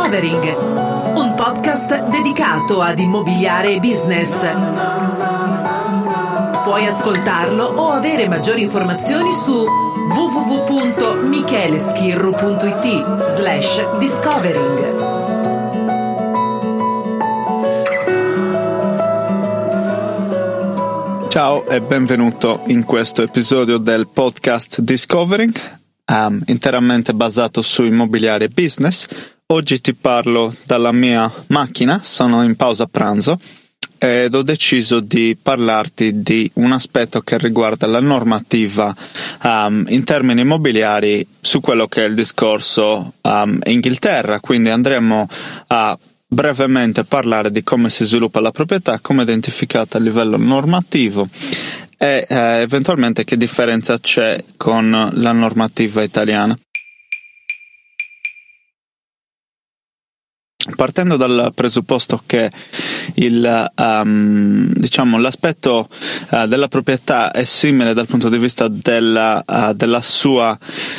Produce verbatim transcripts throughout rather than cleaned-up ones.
Discovering, un podcast dedicato ad immobiliare e business. Puoi ascoltarlo o avere maggiori informazioni su w w w punto micheleschirru punto i t slash discovering. Ciao e benvenuto in questo episodio del podcast Discovering, um, interamente basato su immobiliare e business. Oggi ti parlo dalla mia macchina, sono in pausa pranzo ed ho deciso di parlarti di un aspetto che riguarda la normativa um, in termini immobiliari su quello che è il discorso um, Inghilterra, quindi andremo a brevemente parlare di come si sviluppa la proprietà, come è identificata a livello normativo e eh, eventualmente che differenza c'è con la normativa italiana. Partendo dal presupposto che il, um, diciamo, l'aspetto uh, della proprietà è simile dal punto di vista della, uh, della sua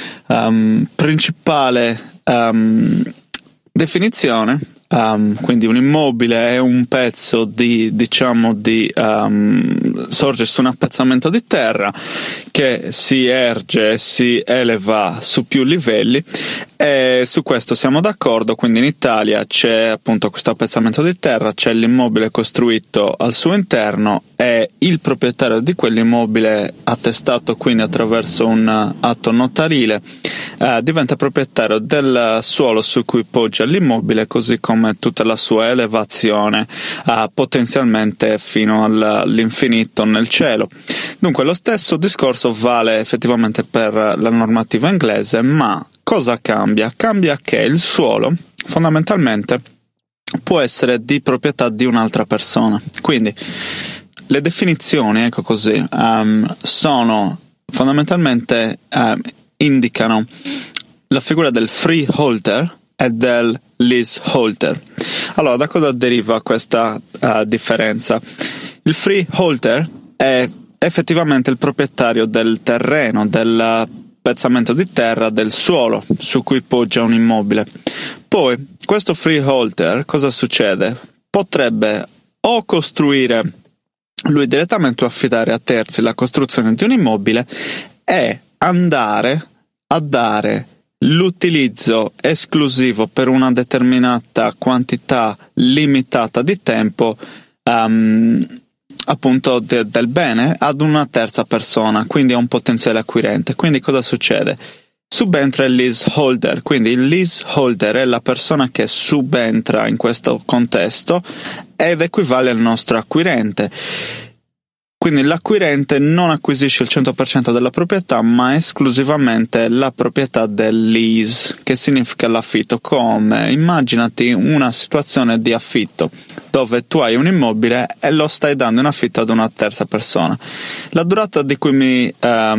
um, principale um, definizione, Um, quindi un immobile è un pezzo di, diciamo, di um, sorge su un appezzamento di terra che si erge e si eleva su più livelli, e su questo siamo d'accordo. Quindi in Italia c'è appunto questo appezzamento di terra, c'è l'immobile costruito al suo interno e il proprietario di quell'immobile, attestato quindi attraverso un atto notarile, eh, diventa proprietario del suolo su cui poggia l'immobile, così come tutta la sua elevazione, eh, potenzialmente fino all'infinito nel cielo. Dunque lo stesso discorso vale effettivamente per la normativa inglese, ma cosa cambia? Cambia che il suolo fondamentalmente può essere di proprietà di un'altra persona. Quindi le definizioni, ecco così, um, sono fondamentalmente um, indicano la figura del freeholder e del leaseholder. Allora, da cosa deriva questa uh, differenza? Il freeholder è effettivamente il proprietario del terreno, del pezzamento di terra, del suolo su cui poggia un immobile. Poi, questo freeholder, cosa succede? Potrebbe o costruire lui direttamente o affidare a terzi la costruzione di un immobile e andare a dare l'utilizzo esclusivo per una determinata quantità limitata di tempo um, appunto de- del bene ad una terza persona, quindi a un potenziale acquirente. Quindi cosa succede? Subentra il leaseholder, quindi il leaseholder è la persona che subentra in questo contesto ed equivale al nostro acquirente. Quindi l'acquirente non acquisisce il cento per cento della proprietà, ma esclusivamente la proprietà del lease, che significa l'affitto. Come? Immaginati una situazione di affitto, dove tu hai un immobile e lo stai dando in affitto ad una terza persona. La durata di cui mi,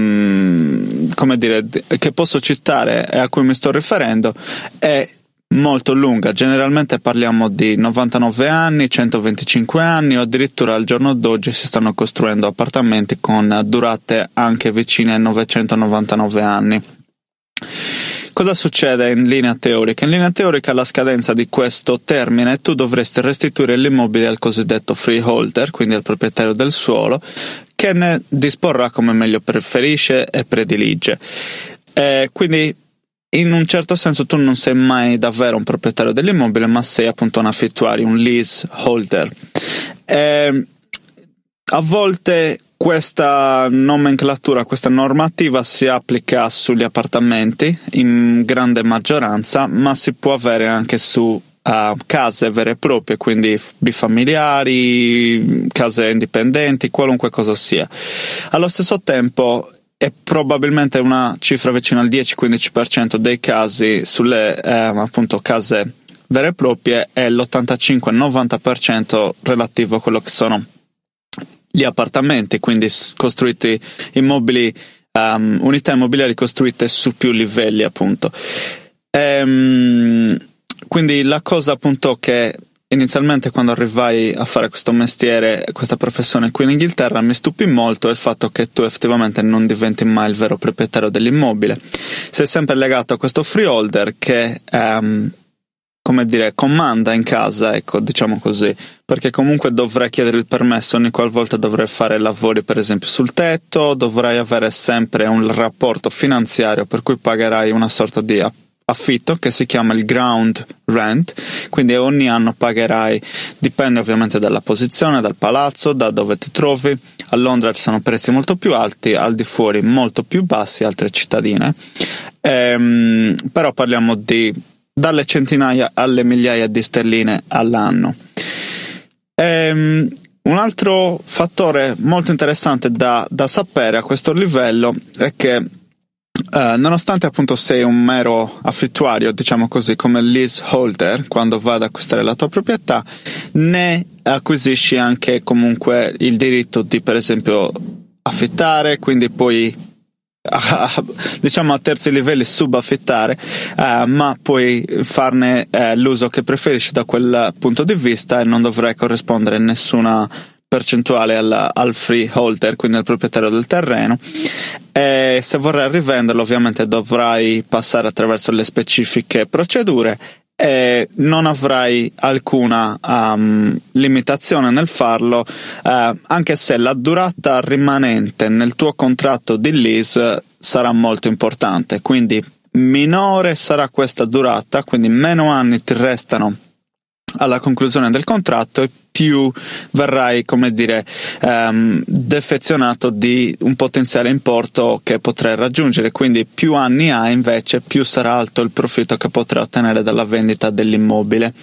um, come dire, che posso citare e a cui mi sto riferendo è molto lunga. Generalmente parliamo di novantanove anni, centoventicinque anni, o addirittura al giorno d'oggi si stanno costruendo appartamenti con durate anche vicine ai novecentonovantanove anni. Cosa succede in linea teorica? In linea teorica, alla scadenza di questo termine, tu dovresti restituire l'immobile al cosiddetto freeholder, quindi al proprietario del suolo, che ne disporrà come meglio preferisce e predilige. Eh, quindi in un certo senso tu non sei mai davvero un proprietario dell'immobile, ma sei appunto un affittuario, un leaseholder. Eh, a volte questa nomenclatura, questa normativa si applica sugli appartamenti in grande maggioranza, ma si può avere anche su uh, case vere e proprie, quindi bifamiliari, case indipendenti, qualunque cosa sia. Allo stesso tempo è probabilmente una cifra vicina al dieci-quindici per cento dei casi sulle eh, appunto case vere e proprie e l'ottantacinque-novanta per cento relativo a quello che sono gli appartamenti, quindi costruiti immobili, um, unità immobiliari costruite su più livelli appunto. Ehm, quindi la cosa appunto che inizialmente quando arrivai a fare questo mestiere, questa professione qui in Inghilterra, mi stupì molto il fatto che tu effettivamente non diventi mai il vero proprietario dell'immobile. Sei sempre legato a questo freeholder che um, come dire, comanda in casa, ecco, diciamo così, perché comunque dovrai chiedere il permesso ogni qualvolta dovrai fare lavori, per esempio sul tetto, dovrai avere sempre un rapporto finanziario per cui pagherai una sorta di affitto che si chiama il ground rent, quindi ogni anno pagherai, dipende ovviamente dalla posizione, dal palazzo, da dove ti trovi. A Londra ci sono prezzi molto più alti, al di fuori molto più bassi, altre cittadine, ehm, però parliamo di dalle centinaia alle migliaia di sterline all'anno. Ehm, un altro fattore molto interessante da, da sapere a questo livello è che Uh, nonostante appunto sei un mero affittuario, diciamo così, come leaseholder, quando vai ad acquistare la tua proprietà, ne acquisisci anche comunque il diritto di, per esempio, affittare, quindi poi uh, diciamo a terzi livelli subaffittare, uh, ma puoi farne uh, l'uso che preferisci da quel punto di vista e non dovrai corrispondere nessuna percentuale alla, al freeholder, quindi al proprietario del terreno. E se vorrai rivenderlo ovviamente dovrai passare attraverso le specifiche procedure e non avrai alcuna um, limitazione nel farlo, uh, anche se la durata rimanente nel tuo contratto di lease sarà molto importante, quindi minore sarà questa durata, quindi meno anni ti restano alla conclusione del contratto e più verrai, come dire, um, defezionato di un potenziale importo che potrai raggiungere, quindi più anni hai invece più sarà alto il profitto che potrai ottenere dalla vendita dell'immobile.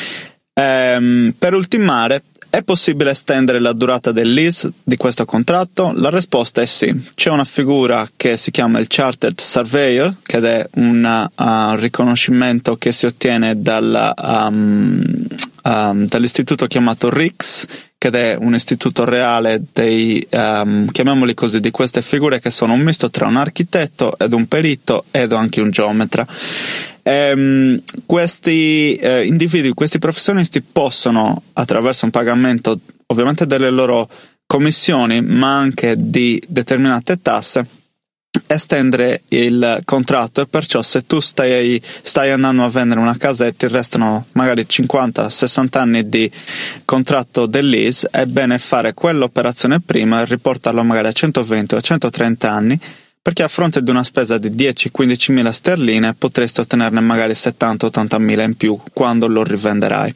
Um, per ultimare, è possibile estendere la durata del lease di questo contratto? La risposta è sì. C'è una figura che si chiama il Chartered Surveyor, che è un uh, riconoscimento che si ottiene dalla, um, um, dall'istituto chiamato R I C S, che è un istituto reale dei, um, chiamiamoli così, di queste figure che sono un misto tra un architetto ed un perito ed anche un geometra. Um, questi eh, individui, questi professionisti possono, attraverso un pagamento ovviamente delle loro commissioni, ma anche di determinate tasse, estendere il contratto, e perciò se tu stai, stai andando a vendere una casa e ti restano magari cinquanta sessanta anni di contratto del lease, è bene fare quell'operazione prima e riportarlo magari a centoventi o centotrenta anni, perché a fronte di una spesa di dieci quindici mila sterline potresti ottenerne magari settanta ottanta mila in più quando lo rivenderai.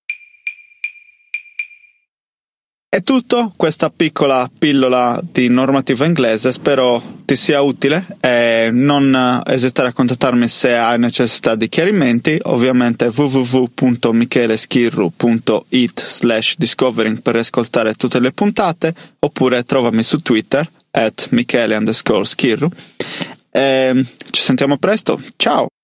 È tutto questa piccola pillola di normativa inglese, spero ti sia utile e non esitare a contattarmi se hai necessità di chiarimenti, ovviamente w w w punto micheleschirru punto it slash discovering per ascoltare tutte le puntate, oppure trovami su Twitter at Michele underscore Schirru. E ci sentiamo presto, ciao!